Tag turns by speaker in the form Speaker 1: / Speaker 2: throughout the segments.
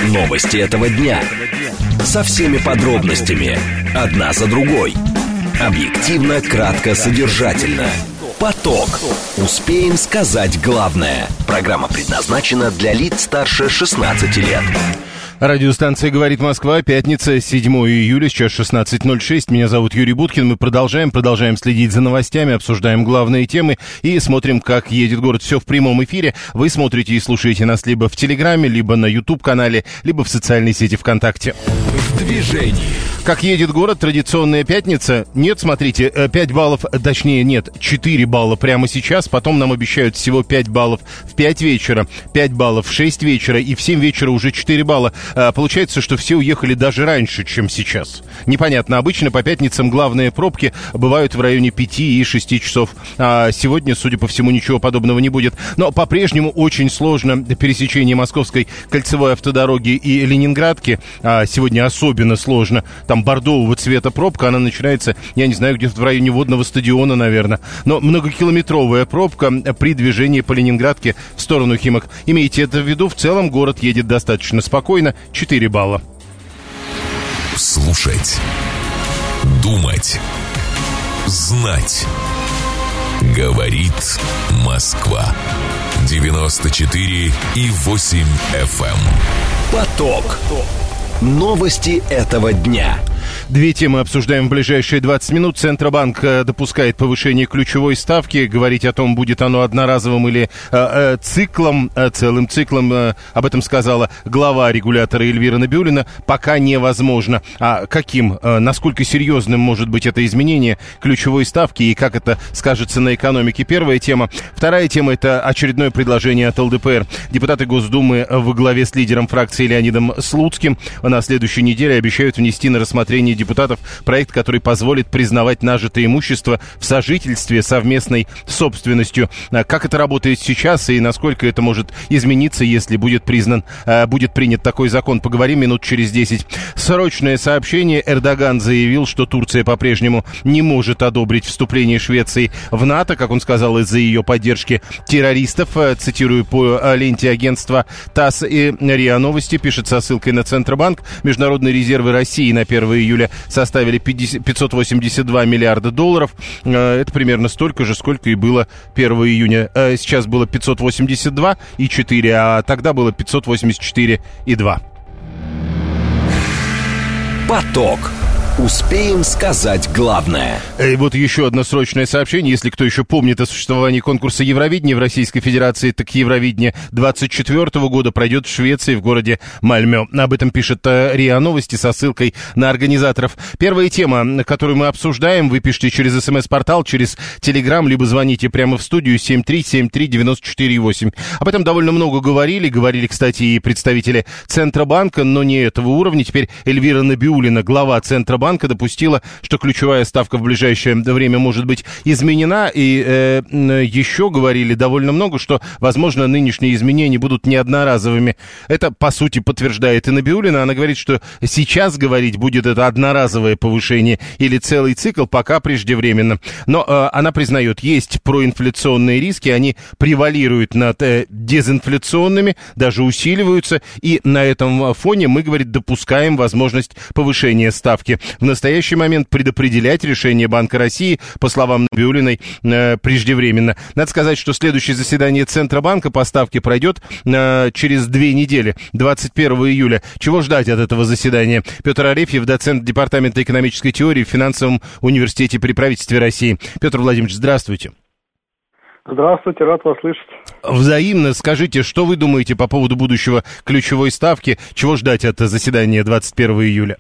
Speaker 1: Новости этого дня. Со всеми подробностями. Одна за другой. Объективно, кратко, содержательно. Поток. Успеем сказать главное. Программа предназначена для лиц старше 16 лет.
Speaker 2: Радиостанция «Говорит Москва», пятница, 7 июля, сейчас 16:06. Меня зовут Юрий Буткин. Мы продолжаем следить за новостями, обсуждаем главные темы и смотрим, как едет город. Все в прямом эфире. Вы смотрите и слушаете нас либо в Телеграме, либо на YouTube-канале, либо в социальной сети ВКонтакте.
Speaker 1: В движении.
Speaker 2: Как едет город, традиционная пятница. Нет, смотрите, 5 баллов, точнее нет, 4 балла прямо сейчас. Потом нам обещают всего 5 баллов в 5 вечера, 5 баллов в 6 вечера и в 7 вечера уже 4 балла. Получается, что все уехали даже раньше, чем сейчас. Непонятно. Обычно по пятницам главные пробки бывают в районе 5 и 6 часов. А сегодня, судя по всему, ничего подобного не будет. Но по-прежнему очень сложно пересечение Московской кольцевой автодороги и Ленинградки. А сегодня особенно сложно. Там бордового цвета пробка, она начинается, я не знаю, где-то в районе водного стадиона, наверное. Но многокилометровая пробка при движении по Ленинградке в сторону Химок. Имейте это в виду, в целом город едет достаточно спокойно, 4 балла.
Speaker 1: Слушать, думать, знать. Говорит Москва. 94,8 FM. Поток. Новости этого дня.
Speaker 2: Две темы обсуждаем в ближайшие 20 минут. Центробанк допускает повышение ключевой ставки. Говорить о том, будет оно одноразовым или циклом, целым циклом, об этом сказала глава регулятора Эльвира Набиуллина, пока невозможно. А каким, насколько серьезным может быть это изменение ключевой ставки и как это скажется на экономике? Первая тема. Вторая тема – это очередное предложение от ЛДПР. Депутаты Госдумы во главе с лидером фракции Леонидом Слуцким на следующей неделе обещают внести на рассмотрение депутатов проект, который позволит признавать нажитое имущество в сожительстве совместной собственностью. Как это работает сейчас и насколько это может измениться, если будет принят такой закон, поговорим минут через 10. Срочное сообщение. Эрдоган заявил, что Турция по-прежнему не может одобрить вступление Швеции в НАТО, как он сказал, из-за ее поддержки террористов. Цитирую по ленте агентства ТАСС и РИА Новости, пишет со ссылкой на Центробанк. Международные резервы России на 1 июля составили 582 миллиарда долларов. Это примерно столько же, сколько и было 1 июня. Сейчас было 582,4, а тогда было 584,2.
Speaker 1: Поток. Успеем сказать главное.
Speaker 2: И вот еще одно срочное сообщение. Если кто еще помнит о существовании конкурса Евровидения в Российской Федерации, так Евровидение 2024 года пройдет в Швеции, в городе Мальмё. Об этом пишет РИА Новости со ссылкой на организаторов. Первая тема, которую мы обсуждаем, вы пишите через СМС-портал, через Телеграм, либо звоните прямо в студию 7373948. Об этом довольно много говорили, кстати, и представители Центробанка, но не этого уровня. Теперь Эльвира Набиуллина, глава Центробанка, допустила, что ключевая ставка в ближайшее время может быть изменена. И еще говорили довольно много, что, возможно, нынешние изменения будут не одноразовыми. Это, по сути, подтверждает и Набиуллина. Она говорит, что сейчас говорить, будет это одноразовое повышение или целый цикл, пока преждевременно. Но она признает, есть проинфляционные риски, они превалируют над дезинфляционными, даже усиливаются. И на этом фоне мы, говорит, допускаем возможность повышения ставки. В настоящий момент предопределять решение Банка России, по словам Набиуллиной, преждевременно. Надо сказать, что следующее заседание Центробанка по ставке пройдет через 2 недели, 21 июля. Чего ждать от этого заседания? Петр Арефьев, доцент Департамента экономической теории в Финансовом университете при правительстве России. Петр Владимирович, здравствуйте.
Speaker 3: Здравствуйте, рад вас слышать.
Speaker 2: Взаимно скажите, что вы думаете по поводу будущего ключевой ставки? Чего ждать от заседания 21 июля?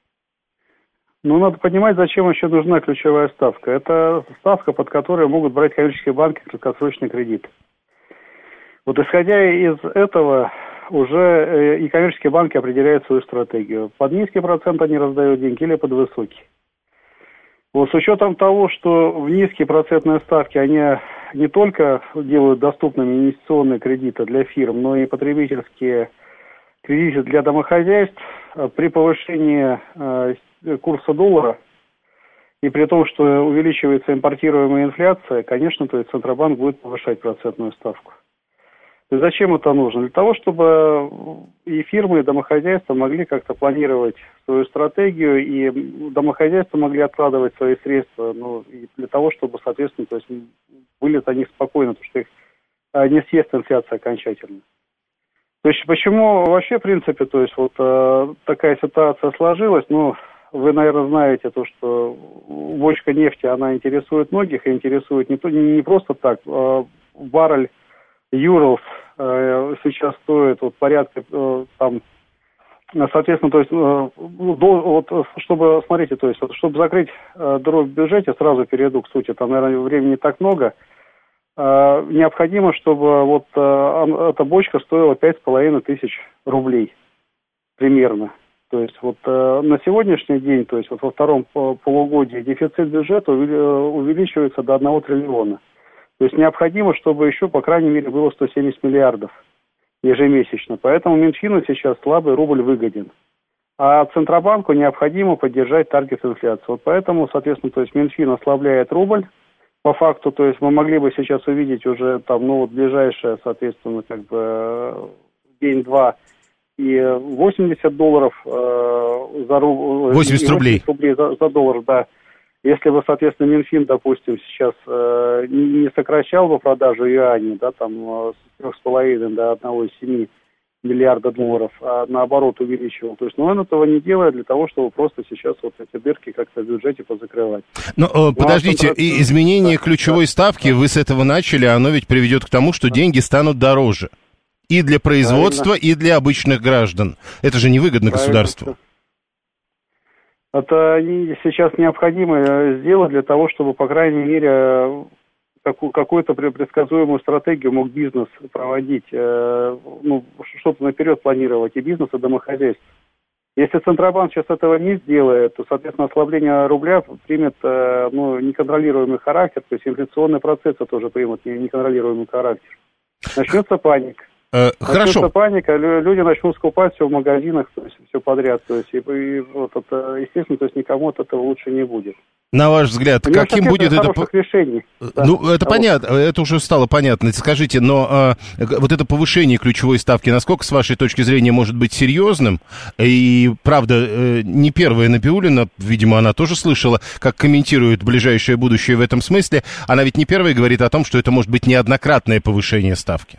Speaker 3: Надо понимать, зачем еще нужна ключевая ставка. Это ставка, под которой могут брать коммерческие банки краткосрочный кредит. Вот исходя из этого, уже и коммерческие банки определяют свою стратегию. Под низкий процент они раздают деньги или под высокий. Вот с учетом того, что в низкие процентные ставки они не только делают доступными инвестиционные кредиты для фирм, но и потребительские кредиты для домохозяйств, при повышении курса доллара и при том, что увеличивается импортируемая инфляция, конечно, то есть Центробанк будет повышать процентную ставку. То есть зачем это нужно? Для того, чтобы и фирмы, и домохозяйства могли как-то планировать свою стратегию, и домохозяйства могли откладывать свои средства, и для того, чтобы, соответственно, то есть были за них спокойны, потому что их не съест инфляция окончательно. То есть почему вообще, в принципе, то есть такая ситуация сложилась, вы, наверное, знаете то, что бочка нефти, она интересует многих, и интересует не просто так. Баррель Urals сейчас стоит порядка соответственно, то есть чтобы, смотрите, то есть чтобы закрыть дыру в бюджете, сразу перейду к сути, там, наверное, времени не так много, необходимо, чтобы эта бочка стоила 5500 рублей примерно. То есть на сегодняшний день, то есть во втором полугодии дефицит бюджета увеличивается до 1 триллиона. То есть необходимо, чтобы еще, по крайней мере, было 170 миллиардов ежемесячно. Поэтому Минфину сейчас слабый рубль выгоден. А Центробанку необходимо поддержать таргет инфляции. Поэтому, соответственно, то есть Минфин ослабляет рубль. По факту, то есть мы могли бы сейчас увидеть уже ближайшее, соответственно, день-два и $80 за рубль.
Speaker 2: 80 рублей.
Speaker 3: 80 рублей за доллар, да. Если бы, соответственно, Минфин, допустим, сейчас не сокращал бы продажу юаней, с 3,5 до 1,7 миллиарда долларов, а наоборот увеличивал. То есть, он этого не делает для того, чтобы просто сейчас эти дырки как-то в бюджете позакрывать.
Speaker 2: Подождите, и изменение ключевой ставки, вы с этого начали, оно ведь приведет к тому, что деньги станут дороже. И для производства, и для обычных граждан. Это же невыгодно государству.
Speaker 3: Это сейчас необходимо сделать для того, чтобы, по крайней мере, какую-то предсказуемую стратегию мог бизнес проводить, что-то наперед планировать и бизнес, и домохозяйство. Если Центробанк сейчас этого не сделает, то, соответственно, ослабление рубля примет неконтролируемый характер, то есть инфляционные процессы тоже примут неконтролируемый характер. Начнется паника.
Speaker 2: Хорошо.
Speaker 3: Начнется паника, люди начнут скупать все в магазинах, то есть все подряд, то есть естественно, то есть никому от этого лучше не будет.
Speaker 2: На ваш взгляд, каким будет это...
Speaker 3: решений.
Speaker 2: Это понятно, это уже стало понятно. Скажите, но это повышение ключевой ставки, насколько, с вашей точки зрения, может быть серьезным? И, правда, не первая Набиуллина, видимо, она тоже слышала, как комментирует ближайшее будущее в этом смысле. Она ведь не первая говорит о том, что это может быть неоднократное повышение ставки.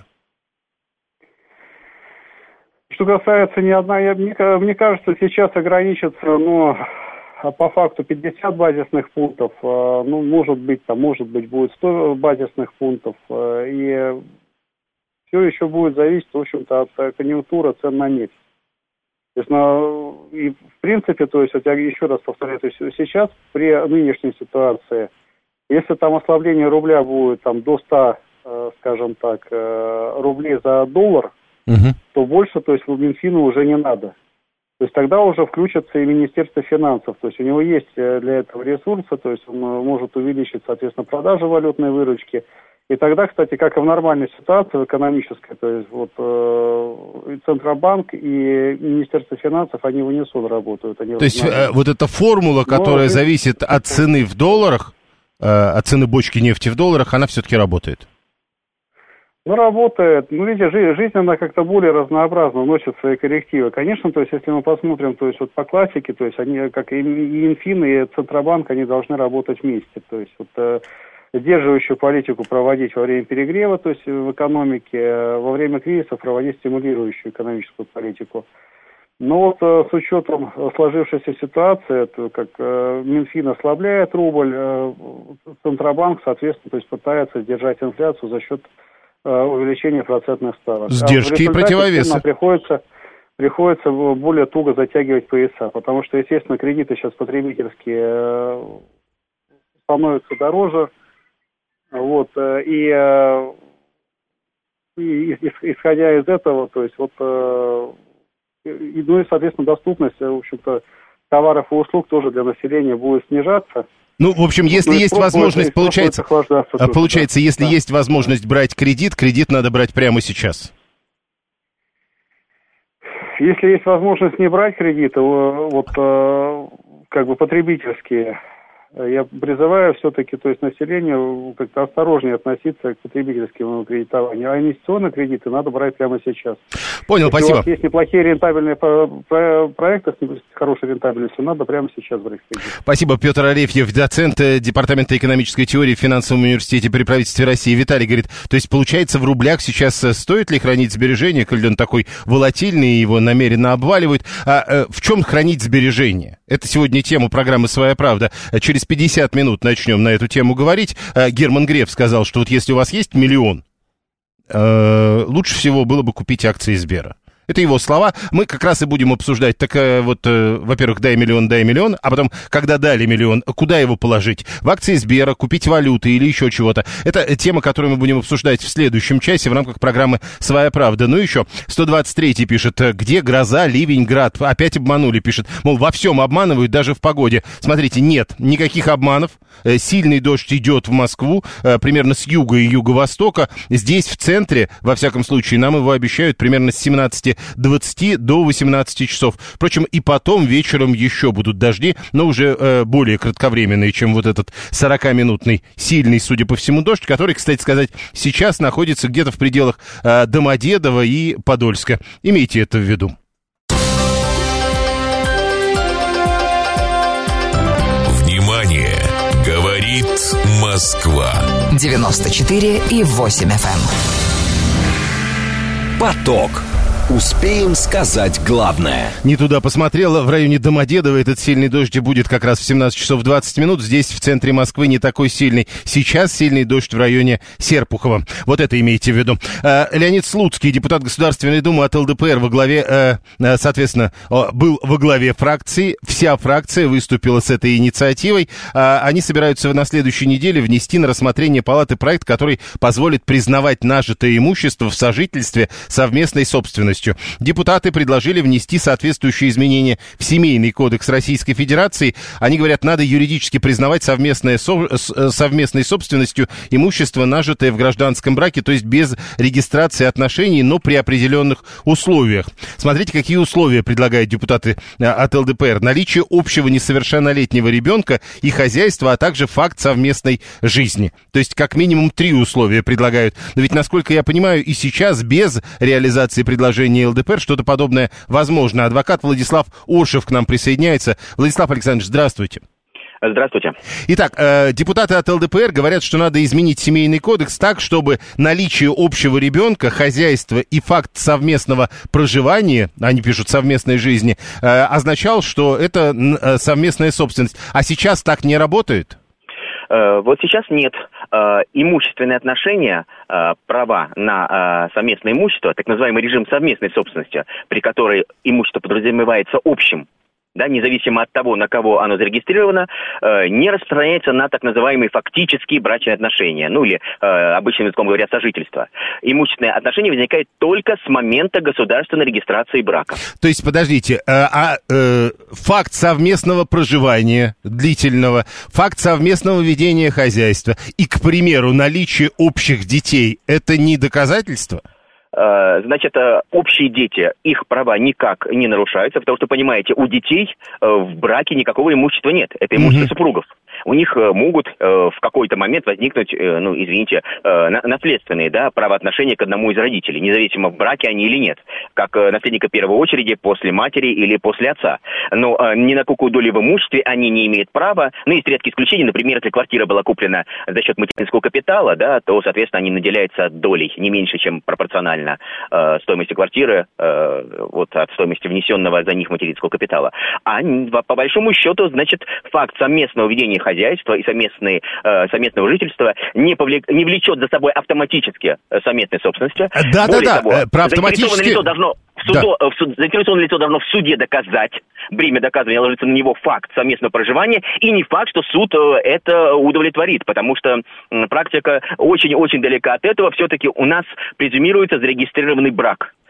Speaker 3: Что касается мне кажется, сейчас ограничится, по факту 50 базисных пунктов, может быть, будет 100 базисных пунктов, и все еще будет зависеть, в общем-то, от конъюнктуры цен на нефть. То есть, и в принципе, то есть, я еще раз повторяю, то есть сейчас при нынешней ситуации, если там ослабление рубля будет до 100, скажем так, рублей за доллар, то больше, то есть, Минфину уже не надо. То есть тогда уже включится и Министерство финансов. То есть у него есть для этого ресурсы, то есть он может увеличить, соответственно, продажи валютной выручки. И тогда, кстати, как и в нормальной ситуации, в экономической, то есть и Центробанк, и Министерство финансов, они в унисон работают. То есть
Speaker 2: эта формула, которая зависит от цены в долларах, от цены бочки нефти в долларах, она все-таки работает?
Speaker 3: Работает. Видите, жизнь, она как-то более разнообразно вносит свои коррективы. Конечно, то есть, если мы посмотрим, то есть, по классике, то есть, они, как и Минфин, и Центробанк, они должны работать вместе. То есть, сдерживающую политику проводить во время перегрева, то есть, в экономике, во время кризиса проводить стимулирующую экономическую политику. Но с учетом сложившейся ситуации, то как Минфин ослабляет рубль, Центробанк, соответственно, то есть, пытается сдержать инфляцию за счет увеличение процентных ставок.
Speaker 2: Сдержки и противовесы.
Speaker 3: Приходится более туго затягивать пояса, потому что, естественно, кредиты сейчас потребительские становятся дороже. И исходя из этого, то есть и, соответственно, доступность, в общем-то, товаров и услуг тоже для населения будет снижаться.
Speaker 2: В общем, если есть возможность, получается, если есть возможность брать кредит надо брать прямо сейчас.
Speaker 3: Если есть возможность не брать кредиты, потребительские, Я призываю все-таки, то есть населению как-то осторожнее относиться к потребительскому кредитованию. А инвестиционные кредиты надо брать прямо сейчас.
Speaker 2: Понял,
Speaker 3: если
Speaker 2: спасибо.
Speaker 3: У вас есть неплохие рентабельные проекты с хорошей рентабельностью, надо прямо сейчас брать кредит.
Speaker 2: Спасибо. Петр Арефьев, доцент Департамента экономической теории в Финансовом университете при правительстве России. Виталий говорит, то есть получается в рублях сейчас стоит ли хранить сбережения, когда он такой волатильный, его намеренно обваливают. В чем хранить сбережения? Это сегодня тема программы «Своя правда». Через 50 минут начнем на эту тему говорить. Герман Греф сказал, что вот если у вас есть 1 миллион, лучше всего было бы купить акции Сбера. Это его слова. Мы как раз и будем обсуждать. Так вот, во-первых, дай миллион, а потом, когда дали миллион, куда его положить? В акции Сбера, купить валюты или еще чего-то. Это тема, которую мы будем обсуждать в следующем часе в рамках программы «Своя правда». Ну еще 123-й пишет, где гроза, ливень, град? Опять обманули, пишет. Мол, во всем обманывают, даже в погоде. Смотрите, нет никаких обманов. Сильный дождь идет в Москву, примерно с юга и юго-востока. Здесь, в центре, во всяком случае, нам его обещают примерно с 17:20 до 18 часов. Впрочем, и потом вечером еще будут дожди, но уже более кратковременные, чем вот этот 40-минутный сильный, судя по всему, дождь, который, кстати сказать, сейчас находится где-то в пределах Домодедово и Подольска. Имейте это в виду.
Speaker 1: Внимание! Говорит Москва.
Speaker 4: 94,8 FM.
Speaker 1: Поток. Успеем сказать главное.
Speaker 2: Не туда посмотрел. В районе Домодедово этот сильный дождь будет как раз в 17 часов 20 минут. Здесь, в центре Москвы, не такой сильный. Сейчас сильный дождь в районе Серпухова. Вот это имейте в виду. Леонид Слуцкий, депутат Государственной Думы от ЛДПР, во главе, соответственно, был во главе фракции. Вся фракция выступила с этой инициативой. Они собираются на следующей неделе внести на рассмотрение Палаты проект, который позволит признавать нажитое имущество в сожительстве совместной собственностью. Депутаты предложили внести соответствующие изменения в Семейный кодекс Российской Федерации. Они говорят, надо юридически признавать совместной собственностью имущество, нажитое в гражданском браке, то есть без регистрации отношений, но при определенных условиях. Смотрите, какие условия предлагают депутаты от ЛДПР. Наличие общего несовершеннолетнего ребенка и хозяйства, а также факт совместной жизни. То есть как минимум 3 условия предлагают. Но ведь, насколько я понимаю, и сейчас без реализации предложения ЛДПР что-то подобное возможно. Адвокат Владислав Оршев к нам присоединяется. Владислав Александрович, здравствуйте.
Speaker 5: Здравствуйте.
Speaker 2: Итак, депутаты от ЛДПР говорят, что надо изменить Семейный кодекс так, чтобы наличие общего ребенка, хозяйства и факт совместного проживания, они пишут совместной жизни, означал, что это совместная собственность. А сейчас так не работает?
Speaker 5: Вот сейчас нет. Имущественные отношения, права на совместное имущество, так называемый режим совместной собственности, при которой имущество подразумевается общим, да, независимо от того, на кого оно зарегистрировано, не распространяется на так называемые фактические брачные отношения, ну или обычным языком говорят сожительство. Имущественные отношения возникают только с момента государственной регистрации брака.
Speaker 2: То есть, подождите, факт совместного проживания длительного, факт совместного ведения хозяйства и, к примеру, наличие общих детей, это не доказательство?
Speaker 5: Значит, общие дети, их права никак не нарушаются, потому что, понимаете, у детей в браке никакого имущества нет. Это имущество супругов. У них могут в какой-то момент возникнуть, наследственные, да, правоотношения к одному из родителей, независимо, в браке они или нет, как наследника первой очереди после матери или после отца. Но ни на какую долю в имуществе они не имеют права. Ну, есть редкие исключения, например, если квартира была куплена за счет материнского капитала, да, то, соответственно, они наделяются долей не меньше, чем пропорционально стоимости квартиры от стоимости внесенного за них материнского капитала. А по большому счету, значит, факт совместного ведения хозяйства и совместного жительства не влечет за собой автоматически совместной собственности.
Speaker 2: Да-да-да, про автоматически...
Speaker 5: Заинтересованное лицо должно в суде доказать, бремя доказывания ложится на него факт совместного проживания, и не факт, что суд это удовлетворит, потому что практика очень-очень далека от этого. Все-таки у нас презюмируется зарегистрированный брак.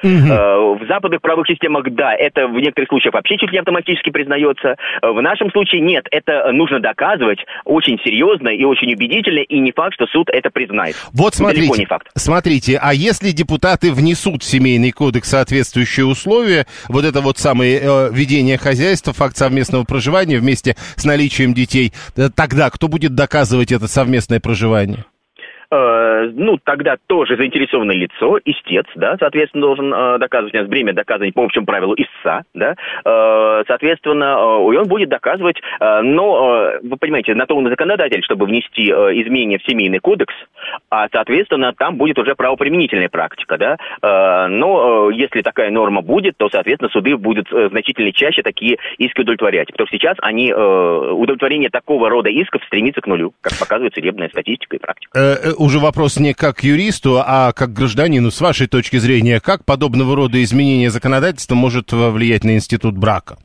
Speaker 5: В западных правовых системах, да, это в некоторых случаях вообще чуть ли не автоматически признается. В нашем случае нет, это нужно доказывать очень серьезно и очень убедительно, и не факт, что суд это признает.
Speaker 2: Вот смотрите,
Speaker 5: далеко не факт.
Speaker 2: Смотрите, а если депутаты внесут в Семейный кодекс соответствующие условия, вот это вот самое ведение хозяйства, факт совместного проживания вместе с наличием детей, тогда кто будет доказывать это совместное проживание?
Speaker 5: Тогда тоже заинтересованное лицо, истец, да, соответственно, должен доказывать, у нас бремя доказывания по общему правилу истца, да, соответственно, он будет доказывать, но, вы понимаете, на то он законодатель, чтобы внести изменения в Семейный кодекс, а, соответственно, там будет уже правоприменительная практика, да, но если такая норма будет, то, соответственно, суды будут значительно чаще такие иски удовлетворять, потому что сейчас удовлетворение такого рода исков стремится к нулю, как показывает судебная статистика и практика.
Speaker 2: Уже вопрос не как юристу, а как гражданину. С вашей точки зрения, как подобного рода изменение законодательства может влиять на институт брака?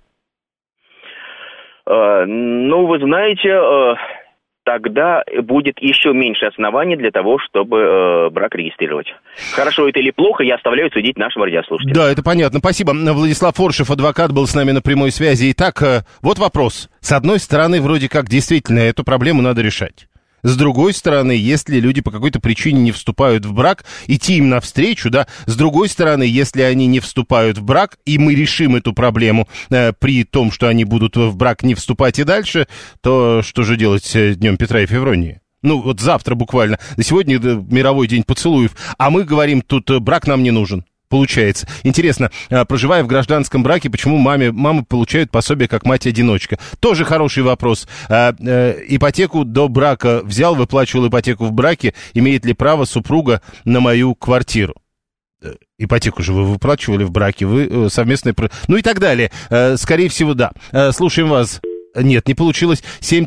Speaker 5: Вы знаете, тогда будет еще меньше оснований для того, чтобы брак регистрировать. Хорошо это или плохо, я оставляю судить нашим радиослушателям.
Speaker 2: Да, это понятно. Спасибо. Владислав Форшев, адвокат, был с нами на прямой связи. Итак, вот вопрос. С одной стороны, вроде как действительно эту проблему надо решать. С другой стороны, если люди по какой-то причине не вступают в брак, идти им навстречу, да. С другой стороны, если они не вступают в брак, и мы решим эту проблему при том, что они будут в брак не вступать и дальше, то что же делать днем Петра и Февронии? Вот завтра буквально. Сегодня мировой день поцелуев. А мы говорим, тут брак нам не нужен. Получается. Интересно, проживая в гражданском браке, почему мамы получают пособие как мать-одиночка? Тоже хороший вопрос. Ипотеку до брака взял, выплачивал ипотеку в браке. Имеет ли право супруга на мою квартиру? Ипотеку же вы выплачивали в браке, вы совместные... Ну и так далее. Скорее всего, да. Слушаем вас. Нет, не получилось.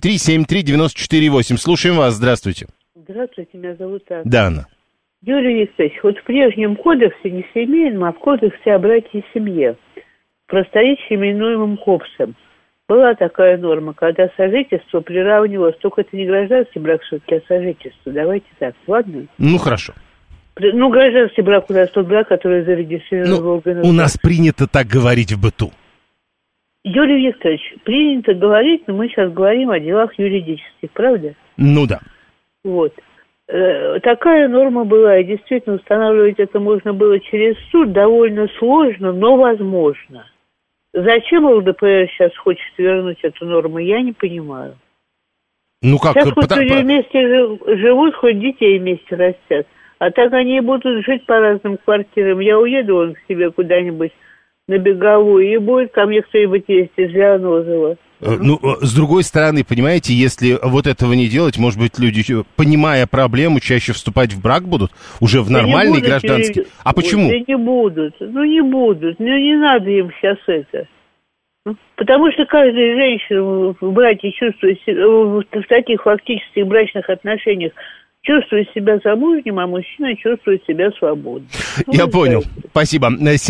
Speaker 2: 7373948. Слушаем вас. Здравствуйте.
Speaker 4: Здравствуйте, меня зовут Анна.
Speaker 2: Да, Анна.
Speaker 4: Юрий Викторович, вот в прежнем кодексе, не семейном, а в кодексе о браке и семье, в просторечии именуемом КОПСом, была такая норма, когда сожительство приравнивалось, только это не гражданский брак все-таки, а сожительство. Давайте так, ладно?
Speaker 2: Ну, хорошо.
Speaker 4: Гражданский брак у нас тот брак, который зарегистрирован в органах.
Speaker 2: У нас принято так говорить в быту.
Speaker 4: Юрий Викторович, принято говорить, но мы сейчас говорим о делах юридических, правда?
Speaker 2: Ну да.
Speaker 4: Вот. Такая норма была, и действительно устанавливать это можно было через суд, довольно сложно, но возможно. Зачем ЛДПР сейчас хочет вернуть эту норму, я не понимаю.
Speaker 2: Ну как?
Speaker 4: Сейчас хоть люди вместе живут, хоть детей вместе растят, а так они будут жить по разным квартирам. Я уеду к себе куда-нибудь на Беговую, и будет ко мне кто-нибудь есть из Леонозова.
Speaker 2: С другой стороны, понимаете, если вот этого не делать, может быть, люди, понимая проблему, чаще вступать в брак будут? Уже в нормальный гражданский? А почему?
Speaker 4: Да не будут. Не будут. Не надо им сейчас это. Потому что каждая женщина в браке чувствует себя, в таких фактических брачных отношениях, чувствует себя замужним, а мужчина чувствует себя свободным.
Speaker 2: Я понял. Спасибо.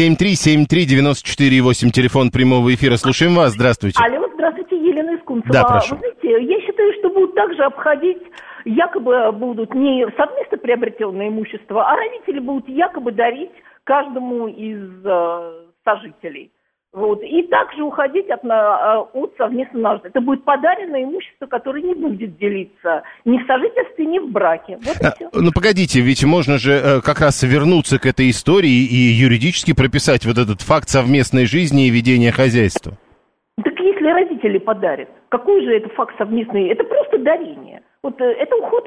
Speaker 2: 7373948, телефон прямого эфира. Слушаем вас. Здравствуйте.
Speaker 6: Алло, здравствуйте, Елена из Кунцева.
Speaker 2: Да, прошу.
Speaker 6: Вы знаете, я считаю, что будут также обходить, якобы будут не совместно приобретенное имущество, а родители будут якобы дарить каждому из сожителей. Вот. И также уходить от совместной нажитого. Это будет подаренное имущество, которое не будет делиться ни в сожительстве, ни в браке. Вот и все.
Speaker 2: Ну, погодите, ведь можно же как раз вернуться к этой истории и юридически прописать вот этот факт совместной жизни и ведения хозяйства.
Speaker 6: Так если родители подарят, какой же это факт совместный? Это просто дарение. Вот это уход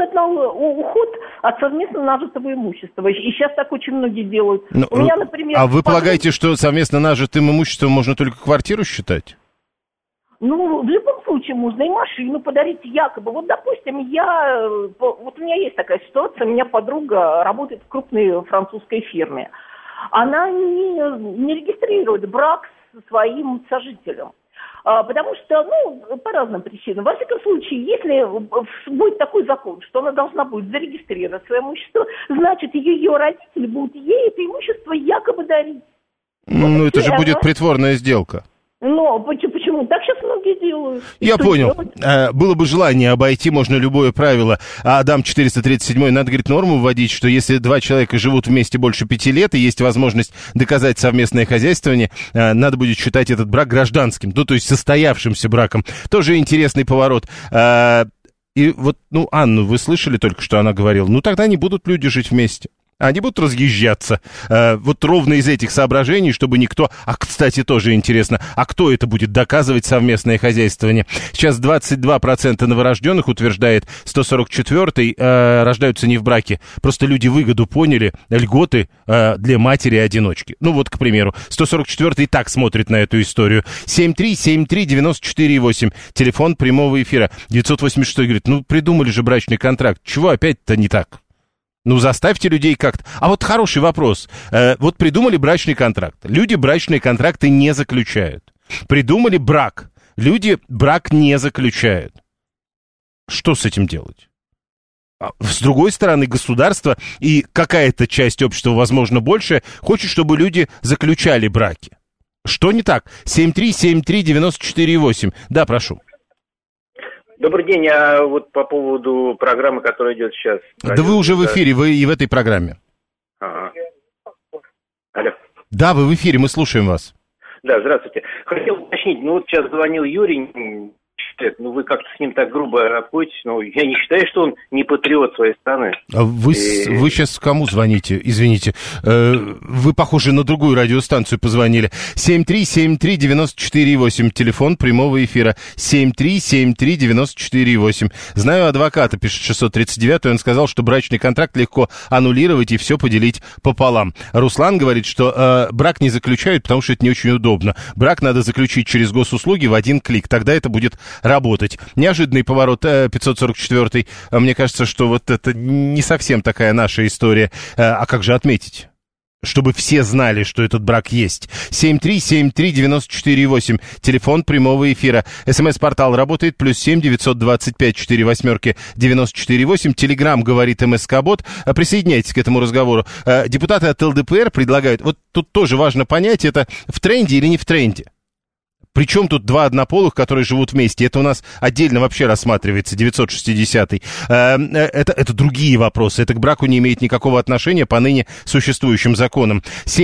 Speaker 6: от совместно нажитого имущества. И сейчас так очень многие делают. У меня, например,
Speaker 2: а вы полагаете, что совместно нажитым имуществом можно только квартиру считать?
Speaker 6: Ну, в любом случае можно и машину подарить якобы. Вот, допустим, у меня есть такая ситуация, у меня подруга работает в крупной французской фирме. Она не регистрирует брак со своим сожителем. Потому что, по разным причинам. Во всяком случае, если будет такой закон, что она должна будет зарегистрировать свое имущество, значит, ее родители будут ей это имущество якобы дарить.
Speaker 2: Это же будет притворная сделка.
Speaker 6: Но почему Почему? Так сейчас многие делают.
Speaker 2: Я понял. Было бы желание обойти, можно любое правило. А Адам 437, надо, говорит, норму вводить, что если два человека живут вместе больше 5 лет и есть возможность доказать совместное хозяйствование, надо будет считать этот брак гражданским, ну, то есть состоявшимся браком. Тоже интересный поворот. И вот, Анну, вы слышали только, что она говорила? Ну, тогда не будут люди жить вместе. Они будут разъезжаться. Вот ровно из этих соображений, чтобы никто... А, кстати, тоже интересно, а кто это будет доказывать совместное хозяйствование? Сейчас 22% новорожденных, утверждает 144-й, рождаются не в браке. Просто люди выгоду поняли, льготы для матери-одиночки. Ну вот, к примеру, 144-й так смотрит на эту историю. 7373948, телефон прямого эфира. 986 говорит, придумали же брачный контракт. Чего опять-то не так? Заставьте людей как-то. А вот хороший вопрос. Вот придумали брачный контракт. Люди брачные контракты не заключают. Придумали брак. Люди брак не заключают. Что с этим делать? С другой стороны, государство и какая-то часть общества, возможно, больше, хочет, чтобы люди заключали браки. Что не так? 7373948. Да, прошу.
Speaker 7: Добрый день, а вот по поводу программы, которая идет сейчас.
Speaker 2: Да вы уже в эфире, вы и в этой программе.
Speaker 7: Ага. Алло.
Speaker 2: Да, вы в эфире, мы слушаем вас.
Speaker 7: Да, здравствуйте. Хотел уточнить, вот сейчас звонил Юрий, вы как-то с ним так грубо обходитесь, я не считаю, что он не патриот своей страны.
Speaker 2: А вы сейчас кому звоните? Извините, вы, похоже, на другую радиостанцию позвонили. 7373948, телефон прямого эфира. 7373948. Знаю адвоката, пишет 639, он сказал, что брачный контракт легко аннулировать и все поделить пополам. Руслан говорит, что брак не заключают, потому что это не очень удобно. Брак надо заключить через госуслуги в один клик, тогда это будет работать. Неожиданный поворот 544-й. Мне кажется, что вот это не совсем такая наша история. А как же отметить? Чтобы все знали, что этот брак есть. 7373948, телефон прямого эфира. СМС-портал работает, +7 925 48-948. Телеграм говорит МСК-бот. Присоединяйтесь к этому разговору. Депутаты от ЛДПР предлагают, вот тут тоже важно понять, это в тренде или не в тренде. Причем тут два однополых, которые живут вместе. Это у нас отдельно вообще рассматривается, 960-й. Это другие вопросы. Это к браку не имеет никакого отношения по ныне существующим законам.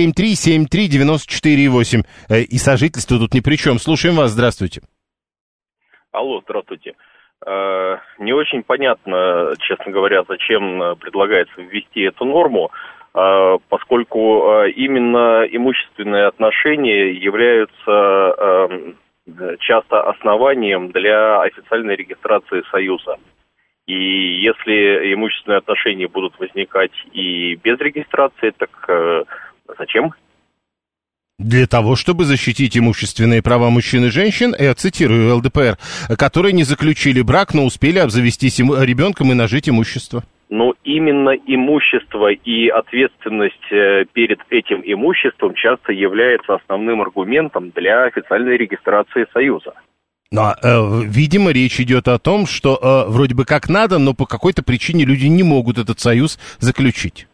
Speaker 2: 7373948. И сожительство тут ни при чем. Слушаем вас. Здравствуйте.
Speaker 8: Алло, здравствуйте. Не очень понятно, честно говоря, зачем предлагается ввести эту норму, поскольку именно имущественные отношения являются часто основанием для официальной регистрации союза. И если имущественные отношения будут возникать и без регистрации, так зачем?
Speaker 2: Для того, чтобы защитить имущественные права мужчин и женщин, я цитирую ЛДПР, которые не заключили брак, но успели обзавестись ребенком и нажить имущество.
Speaker 8: Но именно имущество и ответственность перед этим имуществом часто является основным аргументом для официальной регистрации союза.
Speaker 2: Видимо, речь идет о том, что вроде бы как надо, но по какой-то причине люди не могут этот союз заключить.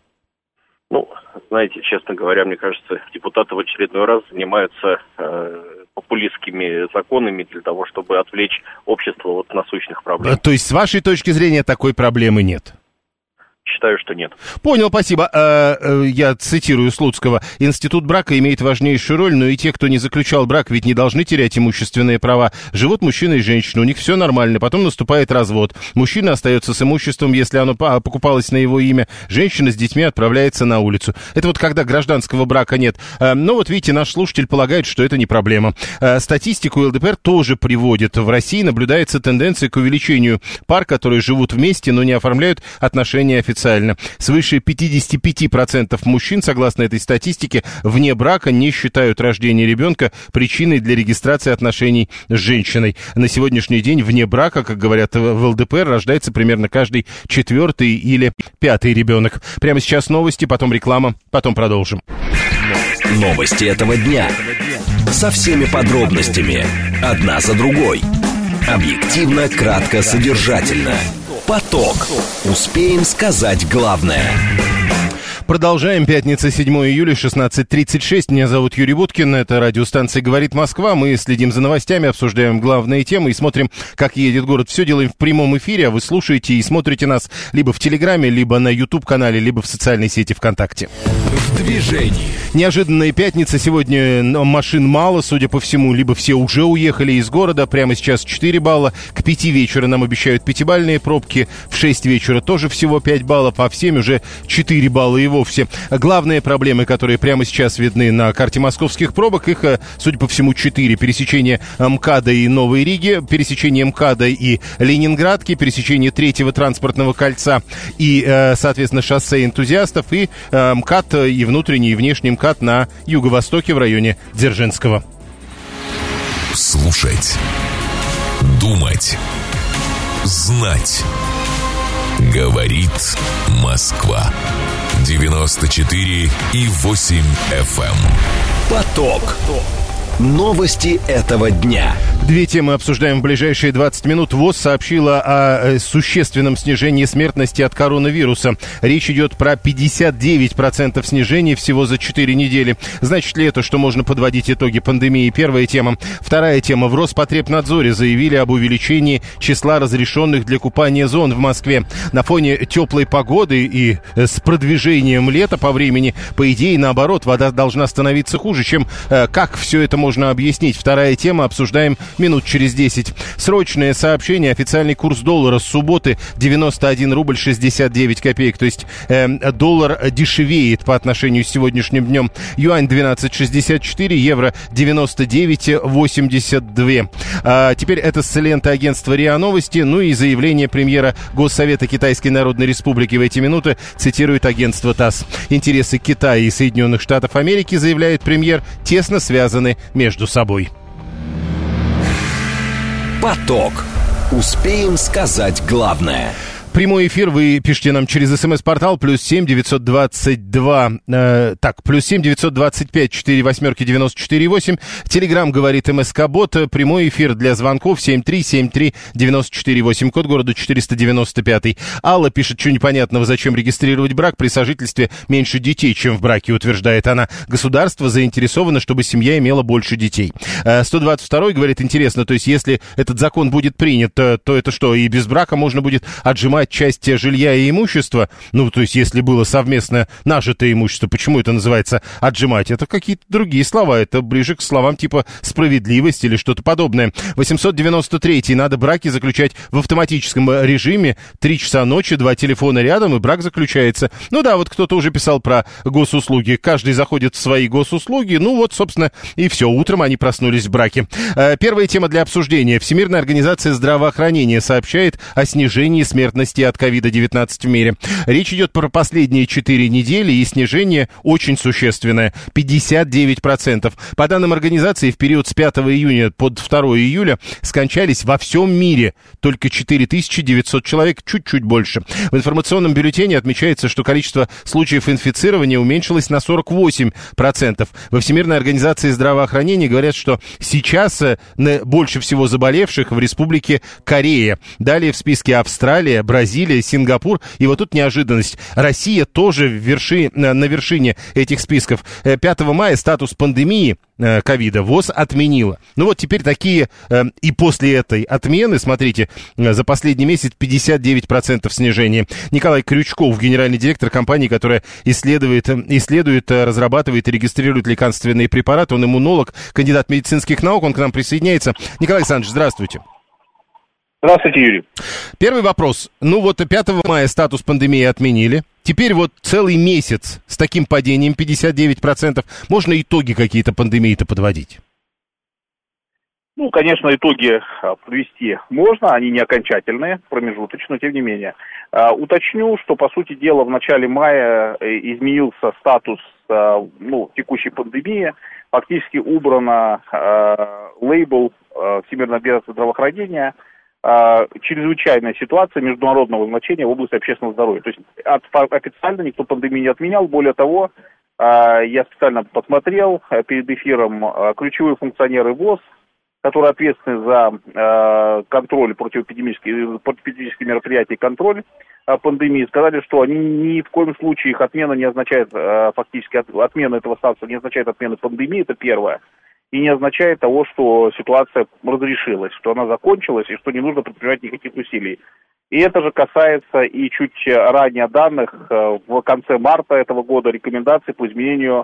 Speaker 8: Знаете, честно говоря, мне кажется, депутаты в очередной раз занимаются популистскими законами для того, чтобы отвлечь общество от насущных проблем.
Speaker 2: То есть, с вашей точки зрения, такой проблемы нет?
Speaker 8: Считаю, что нет.
Speaker 2: Понял, спасибо. Я цитирую Слуцкого. Институт брака имеет важнейшую роль, но и те, кто не заключал брак, ведь не должны терять имущественные права. Живут мужчина и женщина, у них все нормально, потом наступает развод. Мужчина остается с имуществом, если оно покупалось на его имя. Женщина с детьми отправляется на улицу. Это вот когда гражданского брака нет. Но вот видите, наш слушатель полагает, что это не проблема. Статистику ЛДПР тоже приводит. В России наблюдается тенденция к увеличению пар, которые живут вместе, но не оформляют отношения официально. Свыше 55% мужчин, согласно этой статистике, вне брака не считают рождение ребенка причиной для регистрации отношений с женщиной. На сегодняшний день вне брака, как говорят в ЛДПР, рождается примерно каждый 4-й или 5-й ребенок. Прямо сейчас новости, потом реклама, потом продолжим.
Speaker 1: Новости этого дня. Со всеми подробностями. Одна за другой. Объективно, кратко, содержательно. Поток. Успеем сказать главное.
Speaker 2: Продолжаем. Пятница, 7 июля, 16:36. Меня зовут Юрий Буткин. Это радиостанция «Говорит Москва». Мы следим за новостями, обсуждаем главные темы и смотрим, как едет город. Все делаем в прямом эфире, а вы слушаете и смотрите нас либо в Телеграме, либо на YouTube-канале, либо в социальной сети ВКонтакте.
Speaker 1: В движении.
Speaker 2: Неожиданная пятница. Сегодня машин мало, судя по всему. Либо все уже уехали из города. Прямо сейчас 4 балла. К 5 вечера нам обещают 5-бальные пробки. В 6 вечера тоже всего 5 баллов, а в 7 уже 4 балла и вовсе. Главные проблемы, которые прямо сейчас видны на карте московских пробок, их, судя по всему, 4. Пересечение МКАДа и Новой Риги, пересечение МКАДа и Ленинградки, пересечение 3-го транспортного кольца и, соответственно, шоссе Энтузиастов и МКАД и внутренний и внешний МКАД на юго-востоке в районе Дзержинского.
Speaker 1: Слушать. Думать. Знать. Говорит Москва. 94,8 FM. Поток. Новости этого дня.
Speaker 2: Две темы обсуждаем в ближайшие 20 минут. ВОЗ сообщила о существенном снижении смертности от коронавируса. Речь идет про 59% снижения всего за 4 недели. Значит ли это, что можно подводить итоги пандемии? Первая тема. Вторая тема. В Роспотребнадзоре заявили об увеличении числа разрешенных для купания зон в Москве. На фоне теплой погоды и с продвижением лета по времени, по идее, наоборот, вода должна становиться хуже, чем как все это можно объяснить. Вторая тема. Обсуждаем минут через 10. Срочное сообщение. Официальный курс доллара с субботы 91 рубль 69 копеек. То есть доллар дешевеет по отношению с сегодняшним днем. Юань 12,64, евро 99,82. Теперь это с ленты агентства РИА Новости. Ну и заявление премьера Госсовета Китайской Народной Республики в эти минуты цитирует агентство ТАСС. Интересы Китая и Соединенных Штатов Америки, заявляет премьер, тесно связаны между собой.
Speaker 1: Поток. Успеем сказать главное.
Speaker 2: Прямой эфир вы пишите нам через СМС-портал +7 922, +7 925 4 восьмерки 94,8. Телеграм говорит МСК-бот. Прямой эфир для звонков 7373948. Код города 495. Алла пишет, что непонятного, зачем регистрировать брак при сожительстве меньше детей, чем в браке, утверждает она. Государство заинтересовано, чтобы семья имела больше детей. 122 говорит, интересно, то есть если этот закон будет принят, то это что, и без брака можно будет отжимать часть жилья и имущества? Ну, то есть, если было совместно нажитое имущество, почему это называется отжимать? Это какие-то другие слова, это ближе к словам типа справедливость или что-то подобное. 893. Надо браки заключать в автоматическом режиме. 3 часа ночи, 2 телефона рядом, и брак заключается. Ну да, вот кто-то уже писал про госуслуги. Каждый заходит в свои госуслуги, ну вот, собственно, и все. Утром они проснулись в браке. Первая тема для обсуждения. Всемирная организация здравоохранения сообщает о снижении смертности от COVID-19 в мире. Речь идет про последние 4 недели, и снижение очень существенное. 59%. По данным организации, в период с 5 июня по 2 июля скончались во всем мире только 4900 человек, чуть-чуть больше. В информационном бюллетене отмечается, что количество случаев инфицирования уменьшилось на 48%. Во Всемирной организации здравоохранения говорят, что сейчас больше всего заболевших в Республике Корея. Далее в списке Австралия, Бразилия, Сингапур. И вот тут неожиданность. Россия тоже на вершине этих списков. 5 мая статус пандемии ковида ВОЗ отменила. Ну вот теперь такие, и после этой отмены, смотрите, за последний месяц 59% снижения. Николай Крючков, генеральный директор компании, которая исследует, разрабатывает и регистрирует лекарственные препараты. Он иммунолог, кандидат медицинских наук. Он к нам присоединяется. Николай Александрович, здравствуйте.
Speaker 9: Здравствуйте, Юрий.
Speaker 2: Первый вопрос. Ну вот 5 мая статус пандемии отменили. Теперь вот целый месяц с таким падением 59%. Можно итоги какие-то пандемии-то подводить?
Speaker 9: Ну, конечно, итоги подвести можно, они не окончательные, промежуточные, но тем не менее. Уточню, что, по сути дела, в начале мая изменился статус текущей пандемии. Фактически убрано лейбл Всемирной организации здравоохранения чрезвычайная ситуация международного значения в области общественного здоровья. То есть официально никто пандемию не отменял. Более того, я специально посмотрел перед эфиром ключевые функционеры ВОЗ которые ответственны за контроль противоэпидемических мероприятий и контроль пандемии, сказали, что они ни в коем случае, их отмена не означает, фактически отмена этого статуса не означает отмены пандемии, это первое, и не означает того, что ситуация разрешилась, что она закончилась и что не нужно предпринимать никаких усилий. И это же касается и чуть ранее данных в конце марта этого года рекомендаций по изменению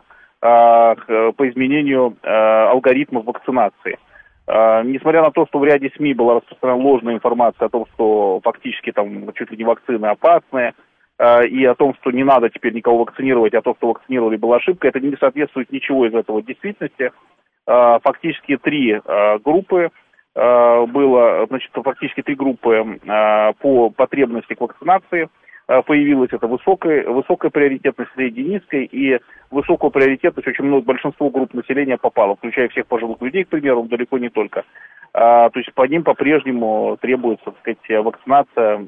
Speaker 9: алгоритмов вакцинации. Несмотря на то, что в ряде СМИ была распространена ложная информация о том, что фактически там чуть ли не вакцины опасные, и о том, что не надо теперь никого вакцинировать, а то, что вакцинировали, была ошибка, это не соответствует ничего из этого в действительности. Фактически три группы по потребности к вакцинации появилась. Это высокая приоритетность, средней, низкой, и высокую приоритетность очень большинство групп населения попало, включая всех пожилых людей, к примеру, далеко не только. То есть по ним по-прежнему требуется, так сказать, вакцинация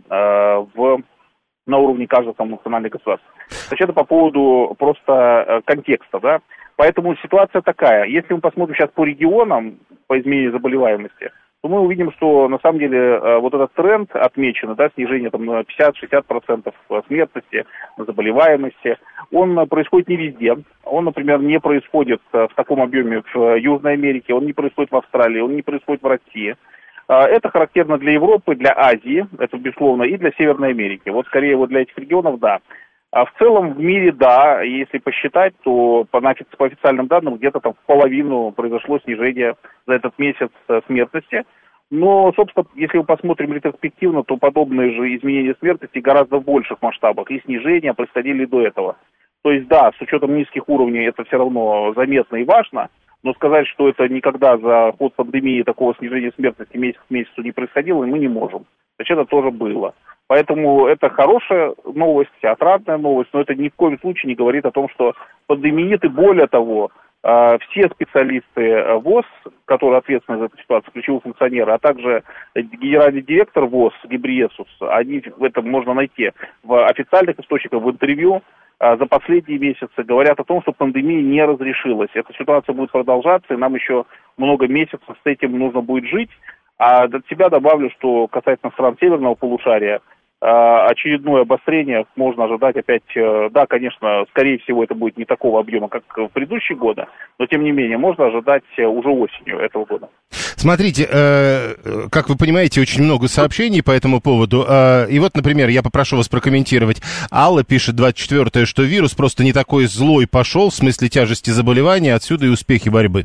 Speaker 9: на уровне каждого национального государства. Значит, это по поводу просто контекста, да. Поэтому ситуация такая. Если мы посмотрим сейчас по регионам, по изменению заболеваемости, то мы увидим, что на самом деле вот этот тренд отмеченный, да, снижение там на 50-60% смертности, заболеваемости, он происходит не везде. Он, например, не происходит в таком объеме в Южной Америке, он не происходит в Австралии, он не происходит в России. Это характерно для Европы, для Азии, это безусловно, и для Северной Америки. Вот скорее вот для этих регионов, да. А в целом в мире, да, если посчитать, то по официальным данным где-то там в половину произошло снижение за этот месяц смертности. Но, собственно, если мы посмотрим ретроспективно, то подобные же изменения смертности гораздо в больших масштабах и снижения происходили до этого. То есть, да, с учетом низких уровней это все равно заметно и важно, но сказать, что это никогда за ход пандемии такого снижения смертности месяц к месяцу не происходило, мы не можем. Значит, это тоже было. Поэтому это хорошая новость, отрадная новость, но это ни в коем случае не говорит о том, что пандемии нет, и более того, все специалисты ВОЗ, которые ответственны за эту ситуацию, ключевые функционеры, а также генеральный директор ВОЗ Гебрейесус, это можно найти в официальных источниках, в интервью, за последние месяцы говорят о том, что пандемия не разрешилась. Эта ситуация будет продолжаться, и нам еще много месяцев с этим нужно будет жить. А от себя добавлю, что касательно стран северного полушария, очередное обострение можно ожидать опять, да, конечно, скорее всего это будет не такого объема, как в предыдущие годы, но тем не менее можно ожидать уже осенью этого года.
Speaker 2: Смотрите, как вы понимаете, очень много сообщений по этому поводу, и вот, например, я попрошу вас прокомментировать. Алла пишет, 24-е, что вирус просто не такой злой пошел, в смысле тяжести заболевания, отсюда и успехи борьбы.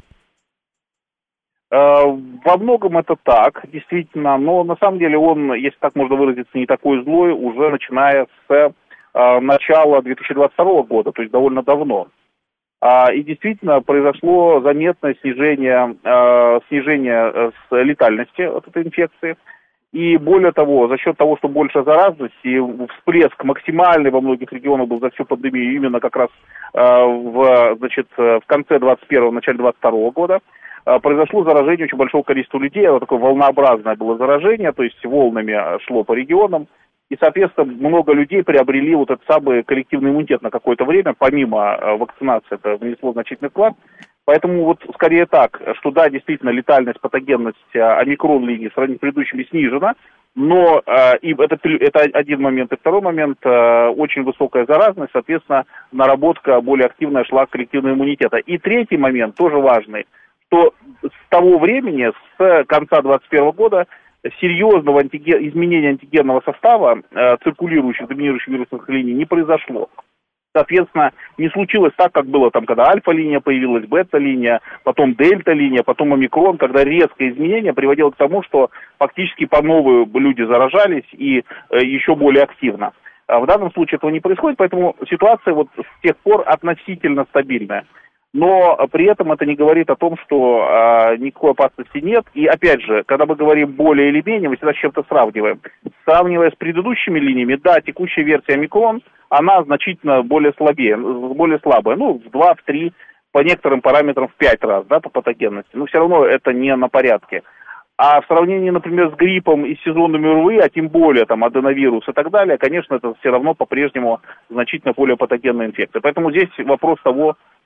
Speaker 9: Во многом это так, действительно, но на самом деле он, если так можно выразиться, не такой злой, уже начиная с начала 2022 года, то есть довольно давно. И действительно произошло заметное снижение летальности от этой инфекции. И более того, за счет того, что больше заразность и всплеск максимальный во многих регионах был за всю пандемию именно как раз в конце 2021-го, начале 2022 года, произошло заражение очень большого количества людей, вот такое волнообразное было заражение, то есть волнами шло по регионам, и, соответственно, много людей приобрели вот этот самый коллективный иммунитет на какое-то время, помимо вакцинации, это внесло значительный вклад. Поэтому вот скорее так, что да, действительно, летальность, патогенность омикрон-линии в сравнении с предыдущими снижена, но это один момент. И второй момент, очень высокая заразность, соответственно, наработка более активная шла коллективного иммунитета. И третий момент, тоже важный, что с того времени, с конца 2021 года, серьезного изменения антигенного состава циркулирующих, доминирующих вирусных линий не произошло. Соответственно, не случилось так, как было там, когда альфа-линия появилась, бета-линия, потом дельта-линия, потом омикрон, когда резкое изменение приводило к тому, что фактически по новой люди заражались и еще более активно. В данном случае этого не происходит, поэтому ситуация вот с тех пор относительно стабильная. Но при этом это не говорит о том, что никакой опасности нет. И опять же, когда мы говорим более или менее, мы всегда с чем-то сравниваем. Сравнивая с предыдущими линиями, да, текущая версия омикрон, она значительно более слабая, в 2, в 3, по некоторым параметрам в 5 раз, да, по патогенности. Но все равно это не на порядке. А в сравнении, например, с гриппом и сезонными ОРВИ, а тем более там аденовирус и так далее, конечно, это все равно по-прежнему значительно более патогенная инфекция. Поэтому здесь вопрос того,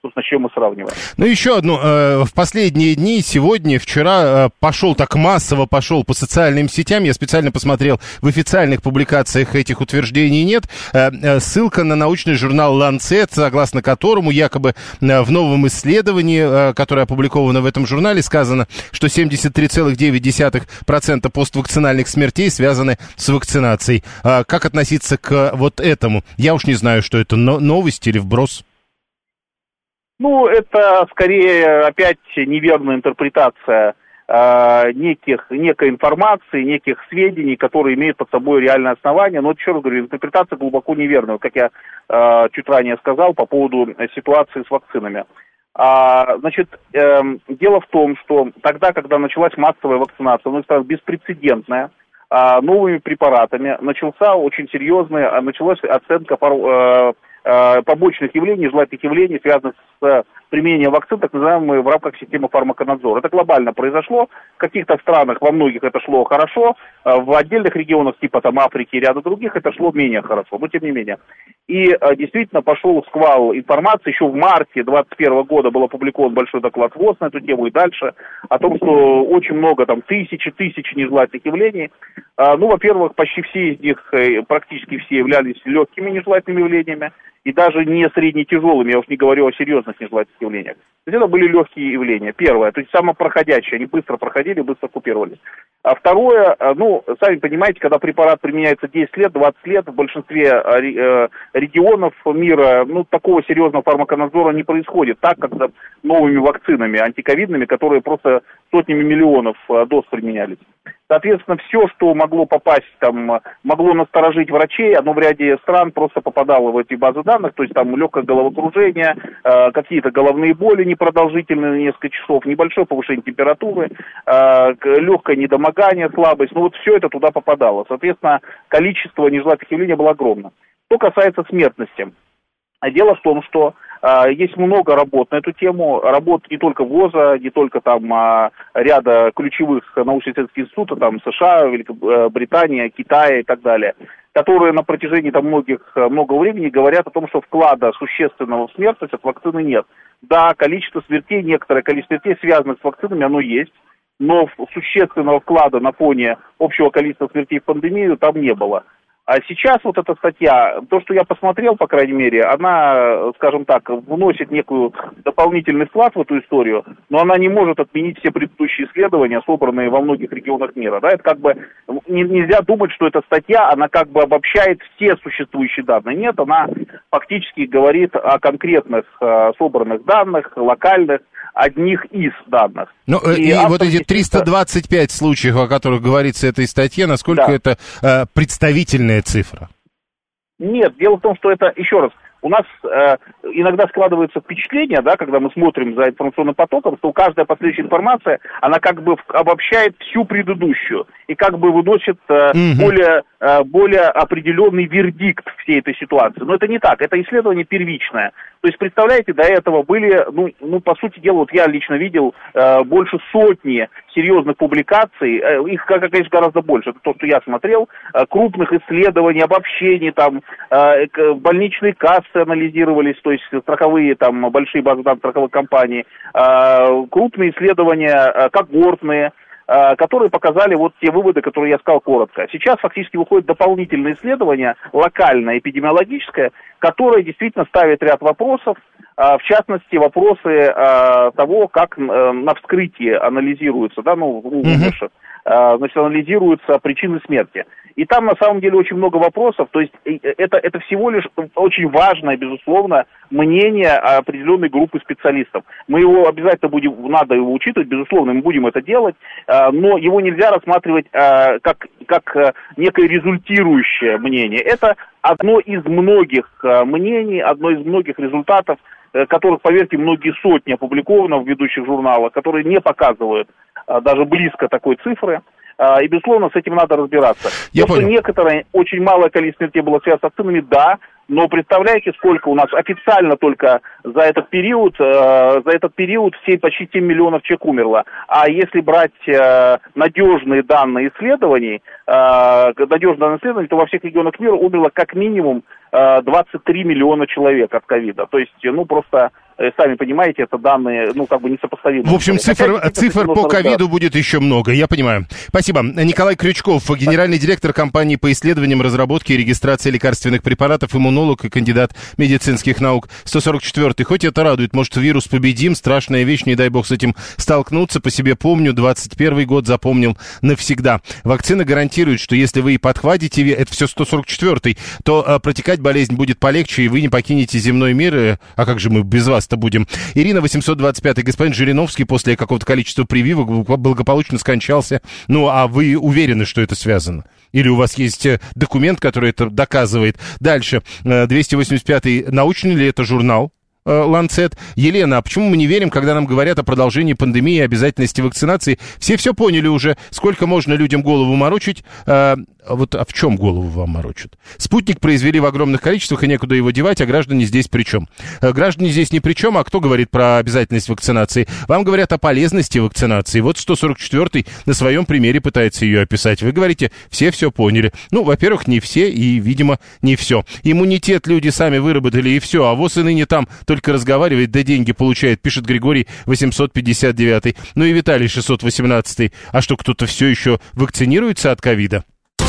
Speaker 9: собственно, с чем мы сравниваем.
Speaker 2: Ну, еще одно. В последние дни, сегодня, вчера массово пошел по социальным сетям. Я специально посмотрел, в официальных публикациях этих утверждений нет. Ссылка на научный журнал Lancet, согласно которому якобы в новом исследовании, которое опубликовано в этом журнале, сказано, что 73,9% поствакцинальных смертей связаны с вакцинацией. Как относиться к вот этому? Я уж не знаю, что это новость или вброс.
Speaker 9: Ну, это скорее опять неверная интерпретация некой информации, неких сведений, которые имеют под собой реальное основание. Но, еще раз говорю, интерпретация глубоко неверная, как я чуть ранее сказал по поводу ситуации с вакцинами. Значит, дело в том, что тогда, когда началась массовая вакцинация, ну, это беспрецедентная, новыми препаратами, началась оценка побочных явлений, нежелательных явлений, связанных с применением вакцин, так называемые, в рамках системы фармаконадзора. Это глобально произошло. В каких-то странах, во многих это шло хорошо, в отдельных регионах, типа там Африки и ряда других, это шло менее хорошо, но тем не менее. И действительно пошел шквал информации. Еще в марте 2021 года был опубликован большой доклад ВОЗ на эту тему и дальше, о том, что очень много, там, тысячи нежелательных явлений. Ну, во-первых, почти все из них, практически все, являлись легкими нежелательными явлениями, и даже не средне-тяжелыми, я уж не говорю о серьезных нежелательных явлениях. То есть это были легкие явления. Первое, то есть самопроходящие, они быстро проходили, быстро купировались. А второе, ну, сами понимаете, когда препарат применяется 10 лет, 20 лет, в большинстве регионов мира, ну, такого серьезного фармаконадзора не происходит, так как с новыми вакцинами антиковидными, которые просто сотнями миллионов доз применялись. Соответственно, все, что могло попасть, там, могло насторожить врачей, оно в ряде стран просто попадало в эти базы данных, то есть там легкое головокружение, какие-то головные боли непродолжительные на несколько часов, небольшое повышение температуры, легкое недомогание, слабость, ну вот все это туда попадало. Соответственно, количество нежелательных явлений было огромно. Что касается смертности, дело в том, что есть много работ на эту тему, работ не только ВОЗа, не только там ряда ключевых научно-исследовательских институтов, там США, Великобритания, Китая и так далее, которые на протяжении там много времени говорят о том, что вклада существенного в смертность от вакцины нет. Да, количество смертей, некоторое количество смертей, связанных с вакцинами, оно есть, но существенного вклада на фоне общего количества смертей в пандемию там не было. А сейчас вот эта статья, то, что я посмотрел, по крайней мере, она, скажем так, вносит некую дополнительный вклад в эту историю, но она не может отменить все предыдущие исследования, собранные во многих регионах мира. Да? Это как бы нельзя думать, что эта статья, она как бы обобщает все существующие данные. Нет, она фактически говорит о конкретных собранных данных, локальных, одних из данных.
Speaker 2: Ну, и вот эти 325 случаев, о которых говорится в этой статье, насколько это представительная цифра?
Speaker 9: Нет, дело в том, что это, еще раз, у нас иногда складывается впечатление, да, когда мы смотрим за информационным потоком, что каждая последующая информация, она как бы обобщает всю предыдущую и как бы выносит более определенный вердикт всей этой ситуации. Но это не так, это исследование первичное. То есть, представляете, до этого были, ну по сути дела, вот я лично видел больше сотни серьезных публикаций, их, конечно, гораздо больше, это то, что я смотрел, крупных исследований, обобщений, там, больничные кассы анализировались, то есть страховые, там, большие базы данных страховых компаний, крупные исследования, когортные, которые показали вот те выводы, которые я сказал коротко. Сейчас фактически выходит дополнительное исследование, локальное, эпидемиологическое, которое действительно ставит ряд вопросов, в частности, вопросы того, как на вскрытии анализируются, да, значит, анализируются причины смерти. И там, на самом деле, очень много вопросов, то есть это всего лишь очень важное, безусловно, мнение определенной группы специалистов. Мы его обязательно надо его учитывать, безусловно, мы будем это делать, но его нельзя рассматривать как некое результирующее мнение. Это одно из многих мнений, одно из многих результатов, которых, поверьте, многие сотни опубликовано в ведущих журналах, которые не показывают даже близко такой цифры. И, безусловно, с этим надо разбираться. Что некоторое, очень малое количество смертей было связано с вакцинами, да, но представляете, сколько у нас официально только за этот период почти 7 миллионов человек умерло. А если брать надежные данные исследований, то во всех регионах мира умерло как минимум 23 миллиона человек от ковида. То есть, просто сами понимаете, это данные, несопоставимые.
Speaker 2: В общем, цифр по ковиду будет еще много, я понимаю. Спасибо. Николай Крючков, генеральный директор компании по исследованиям, разработке и регистрации лекарственных препаратов, иммунолог и кандидат медицинских наук. 144-й. Хоть это радует, может, вирус победим, страшная вещь, не дай бог с этим столкнуться. По себе помню, 21-й год запомнил навсегда. Вакцина гарантирует, что если вы и подхватите, это все 144-й, то протекать болезнь будет полегче, и вы не покинете земной мир. А как же мы без вас-то будем? Ирина, 825-й. Господин Жириновский после какого-то количества прививок благополучно скончался. Ну, а вы уверены, что это связано? Или у вас есть документ, который это доказывает? Дальше. 285-й. Научный ли это журнал? Ланцет. Елена, а почему мы не верим, когда нам говорят о продолжении пандемии и обязательности вакцинации? Все поняли уже, сколько можно людям голову морочить. А в чем голову вам морочат? Спутник произвели в огромных количествах, и некуда его девать, а граждане здесь при чем? Граждане здесь ни при чем, а кто говорит про обязательность вакцинации? Вам говорят о полезности вакцинации. Вот 144-й на своем примере пытается ее описать. Вы говорите, все поняли. Ну, во-первых, не все, и, видимо, не все. Иммунитет люди сами выработали, и все. А ВОЗ и ныне там только разговаривает, да деньги получает, пишет Григорий 859-й. Ну и Виталий 618-й. А что, кто-то все еще вакцинируется от ковида?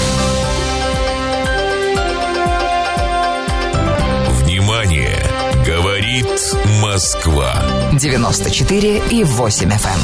Speaker 1: Внимание! Говорит Москва.
Speaker 10: 94,8 FM.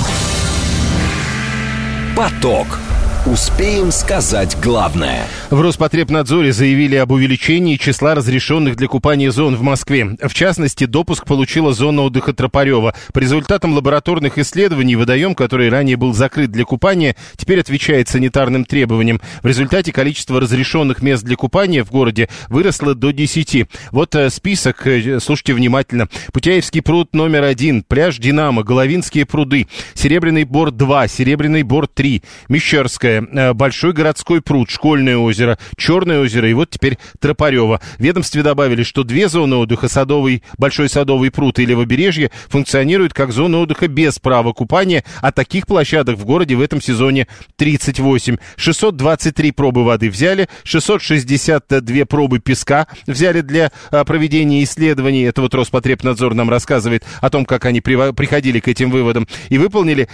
Speaker 1: Поток. Успеем сказать главное.
Speaker 2: В Роспотребнадзоре заявили об увеличении числа разрешенных для купания зон в Москве. В частности, допуск получила зона отдыха Тропарева. По результатам лабораторных исследований водоем, который ранее был закрыт для купания, теперь отвечает санитарным требованиям. В результате количество разрешенных мест для купания в городе выросло до 10. Вот список, слушайте внимательно. Путяевский пруд номер 1, пляж Динамо, Головинские пруды, Серебряный Бор 2, Серебряный Бор 3, Мещерская, Большой городской пруд, Школьное озеро, Черное озеро и вот теперь Тропарева. В ведомстве добавили, что две зоны отдыха, Большой Садовый пруд и Левобережье, функционируют как зоны отдыха без права купания, а таких площадок в городе в этом сезоне 38. 623 пробы воды взяли, 662 пробы песка взяли для проведения исследований. Это вот Роспотребнадзор нам рассказывает о том, как они приходили к этим выводам. И выполнили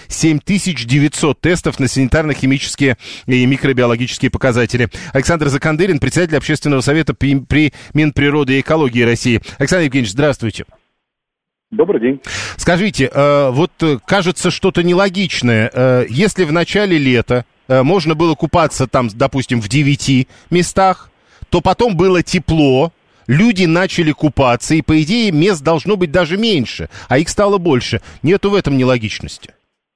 Speaker 2: 7900 тестов на санитарно-химические и микробиологические показатели. Александр Закандырин, председатель Общественного совета при Минприроды и экологии России. Александр Евгеньевич, здравствуйте.
Speaker 9: Добрый день.
Speaker 2: Скажите, вот кажется что-то нелогичное. Если в начале лета можно было купаться там, допустим, в 9 местах, то потом было тепло, люди начали купаться, и, по идее, мест должно быть даже меньше, а их стало больше. Нету в этом нелогичности.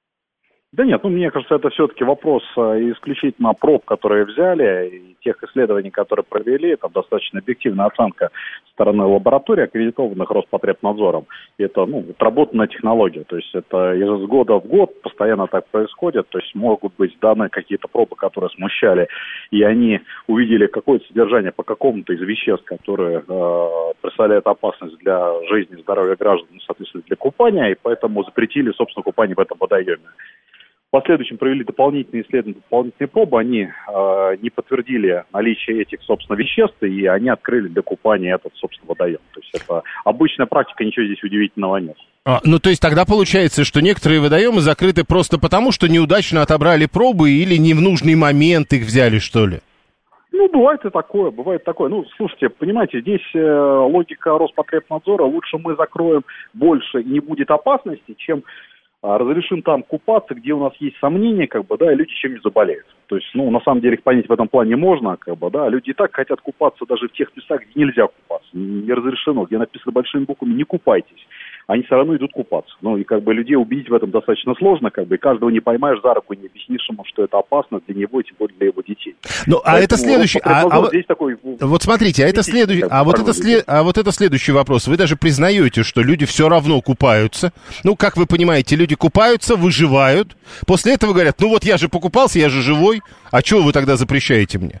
Speaker 9: Да нет, мне кажется, это все-таки вопрос исключительно проб, которые взяли, и тех исследований, которые провели. Это достаточно объективная оценка стороны лабораторий, аккредитованных Роспотребнадзором. И это, отработанная технология. То есть это из года в год постоянно так происходит. То есть могут быть даны какие-то пробы, которые смущали, и они увидели какое-то содержание по какому-то из веществ, которые представляют опасность для жизни и здоровья граждан, соответственно, для купания, и поэтому запретили, собственно, купание в этом водоеме. В последующем провели дополнительные исследования, дополнительные пробы, они не подтвердили наличие этих, собственно, веществ, и они открыли для купания этот, собственно, водоем. То есть это обычная практика, ничего здесь удивительного нет.
Speaker 2: То есть тогда получается, что некоторые водоемы закрыты просто потому, что неудачно отобрали пробы или не в нужный момент их взяли, что ли?
Speaker 9: Бывает и такое, бывает такое. Слушайте, понимаете, здесь логика Роспотребнадзора: лучше мы закроем больше и не будет опасности, чем разрешим там купаться, где у нас есть сомнения, и люди чем-нибудь заболеют. То есть, на самом деле, их понять в этом плане можно, люди и так хотят купаться даже в тех местах, где нельзя купаться, не разрешено, где написано большими буквами «не купайтесь». Они все равно идут купаться. И людей убедить в этом достаточно сложно, и каждого не поймаешь за руку, не объяснишь ему, что это опасно для него и тем более для его детей.
Speaker 2: Это следующий.
Speaker 9: Здесь такой,
Speaker 2: вот смотрите, это следующий. Вот это следующий вопрос. Вы даже признаете, что люди все равно купаются. Как вы понимаете, люди купаются, выживают. После этого говорят: я же покупался, я же живой. А чего вы тогда запрещаете мне?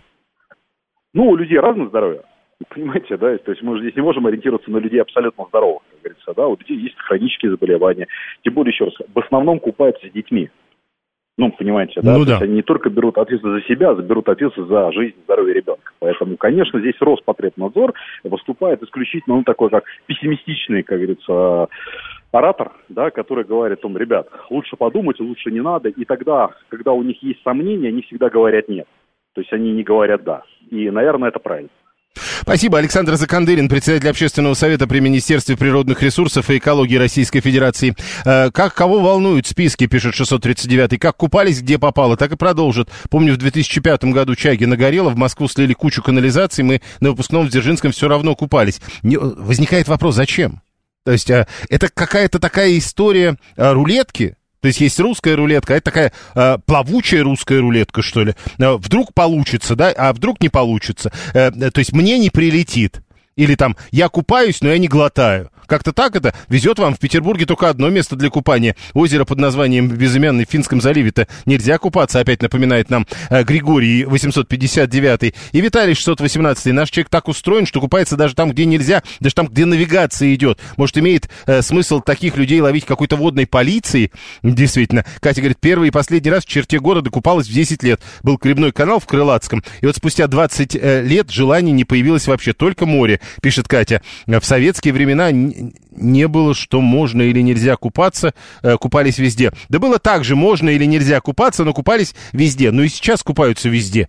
Speaker 9: У людей разное здоровье. Понимаете, да? То есть мы же здесь не можем ориентироваться на людей абсолютно здоровых, как говорится, да? У людей есть хронические заболевания. Тем более, еще раз, в основном купаются с детьми. Ну, понимаете, да?
Speaker 2: Ну,
Speaker 9: То есть они не только берут ответственность за себя, а берут ответственность за жизнь, здоровье ребенка. Поэтому, конечно, здесь Роспотребнадзор выступает исключительно, такой, как пессимистичный, как говорится, оратор, да, который говорит, ребят, лучше подумайте, лучше не надо. И тогда, когда у них есть сомнения, они всегда говорят нет. То есть они не говорят да. И, наверное, это правильно.
Speaker 2: Спасибо. Александр Закандырин, председатель Общественного совета при Министерстве природных ресурсов и экологии Российской Федерации. Кого волнуют списки, пишет 639-й. Как купались, где попало, так и продолжат. Помню, в 2005 году Чагина горела, в Москву слили кучу канализаций, мы на выпускном в Дзержинском все равно купались. Возникает вопрос, зачем? То есть это какая-то такая история рулетки? То есть есть русская рулетка, а это такая плавучая русская рулетка, что ли. Вдруг получится, да, а вдруг не получится. То есть мне не прилетит. Или там, я купаюсь, но я не глотаю. Как-то так это везет вам. В Петербурге только одно место для купания. Озеро под названием безымянный в Финском заливе-то нельзя купаться, опять напоминает нам Григорий 859. И Виталий 618. Наш человек так устроен, что купается даже там, где нельзя, даже там, где навигация идет. Может, имеет смысл таких людей ловить какой-то водной полиции? Действительно. Катя говорит, первый и последний раз в черте города купалась в 10 лет. Был грибной канал в Крылатском. И вот спустя 20 лет желание не появилось вообще, только море, пишет Катя. В советские времена не было, что можно или нельзя купаться, купались везде. Да было так же, можно или нельзя купаться, но купались везде. Ну и сейчас купаются везде.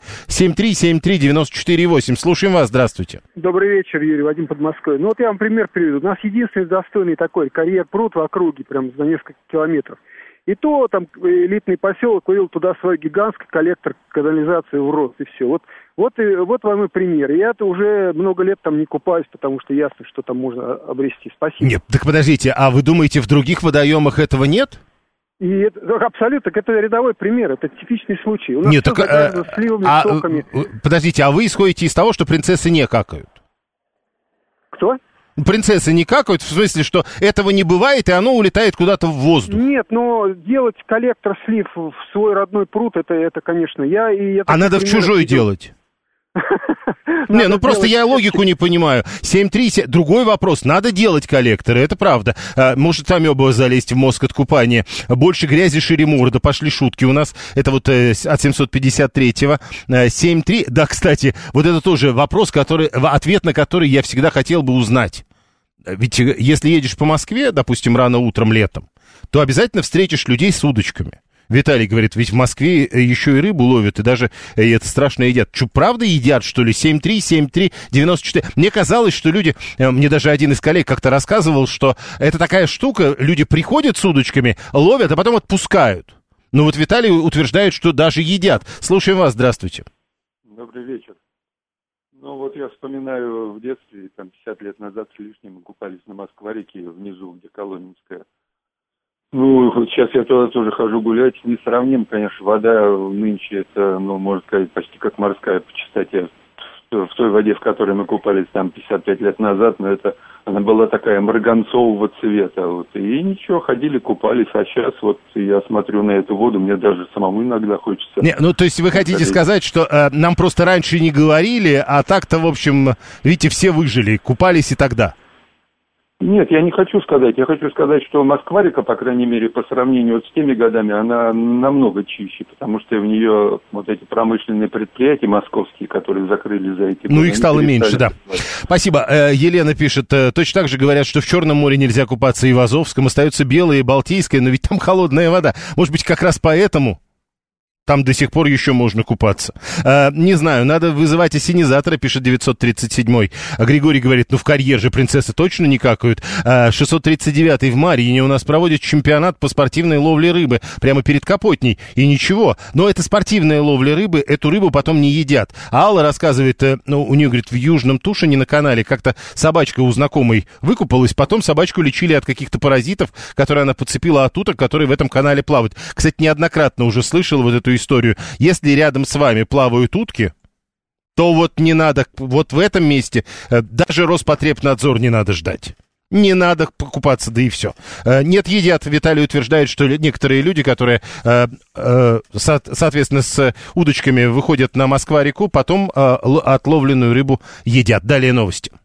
Speaker 2: 7373948. Слушаем вас, здравствуйте.
Speaker 10: Добрый вечер, Юрий, Вадим, Подмосковье. Ну вот я вам пример приведу. У нас единственный достойный такой карьер-пруд в округе, прям за несколько километров. И то там элитный поселок вывел туда свой гигантский коллектор канализации в РОС, и все. Вот вам и пример. Я-то уже много лет там не купаюсь, потому что ясно, что там можно обрести. Спасибо.
Speaker 2: Нет, так подождите, а вы думаете, в других водоемах этого нет?
Speaker 10: И это, абсолютно, это рядовой пример, это типичный случай. У нас
Speaker 2: нет,
Speaker 10: все загажено сливами, соками.
Speaker 2: Подождите, а вы исходите из того, что принцессы не какают?
Speaker 10: Кто?
Speaker 2: Принцессы не какают, в смысле, что этого не бывает, и оно улетает куда-то в воздух.
Speaker 10: Нет, но делать коллектор-слив в свой родной пруд, это конечно,
Speaker 2: а надо в чужой делать. Не, ну просто я логику не понимаю. 7.3, другой вопрос. Надо делать коллекторы, это правда. Может амеба залезть в мозг от купания. Больше грязи, шире морда. Пошли шутки у нас. Это вот от 753-го. 7.3. Да, кстати, вот это тоже вопрос, ответ на который я всегда хотел бы узнать. Ведь если едешь по Москве, допустим, рано утром летом, то обязательно встретишь людей с удочками. Виталий говорит, ведь в Москве еще и рыбу ловят, и даже это страшно едят. Что, правда едят, что ли? 7373948. Мне казалось, что люди, мне даже один из коллег как-то рассказывал, что это такая штука, люди приходят с удочками, ловят, а потом отпускают. Но вот Виталий утверждает, что даже едят. Слушаем вас, здравствуйте.
Speaker 11: Добрый вечер. Ну вот я вспоминаю в детстве, там 50 лет назад с лишним мы купались на Москва-реке внизу, где Коломенская. Ну, сейчас я туда тоже хожу гулять, несравним, конечно, вода нынче, это, можно сказать, почти как морская по чистоте. В той воде, в которой мы купались там 55 лет назад, но она была такая марганцового цвета, и ничего, ходили, купались, а сейчас вот я смотрю на эту воду, мне даже самому иногда хочется...
Speaker 2: то есть вы хотите сказать, что нам просто раньше не говорили, а так-то, в общем, видите, все выжили, купались и тогда?
Speaker 11: Нет, я не хочу сказать. Я хочу сказать, что Москва-река, по крайней мере, по сравнению с теми годами, она намного чище, потому что в нее вот эти промышленные предприятия московские, которые закрыли за эти годы...
Speaker 2: их стало меньше, да. Спасибо. Елена пишет, точно так же говорят, что в Черном море нельзя купаться и в Азовском, остается Белое и Балтийское, но ведь там холодная вода. Может быть, как раз поэтому... Там до сих пор еще можно купаться. Не знаю, надо вызывать ассенизатора, пишет 937-й. Григорий говорит, в карьер же принцессы точно не какают. 639-й в Марьине у нас проводят чемпионат по спортивной ловле рыбы. Прямо перед Капотней. И ничего. Но это спортивная ловля рыбы, эту рыбу потом не едят. А Алла рассказывает, у нее, говорит, в Южном Тушине на канале как-то собачка у знакомой выкупалась, потом собачку лечили от каких-то паразитов, которые она подцепила от уток, которые в этом канале плавают. Кстати, неоднократно уже слышал вот эту историю. Если рядом с вами плавают утки, то вот не надо, вот в этом месте даже Роспотребнадзор не надо ждать. Не надо покупаться, да и все. Нет, едят. Виталий утверждает, что некоторые люди, которые, соответственно, с удочками выходят на Москва-реку, потом отловленную рыбу едят. Далее новости.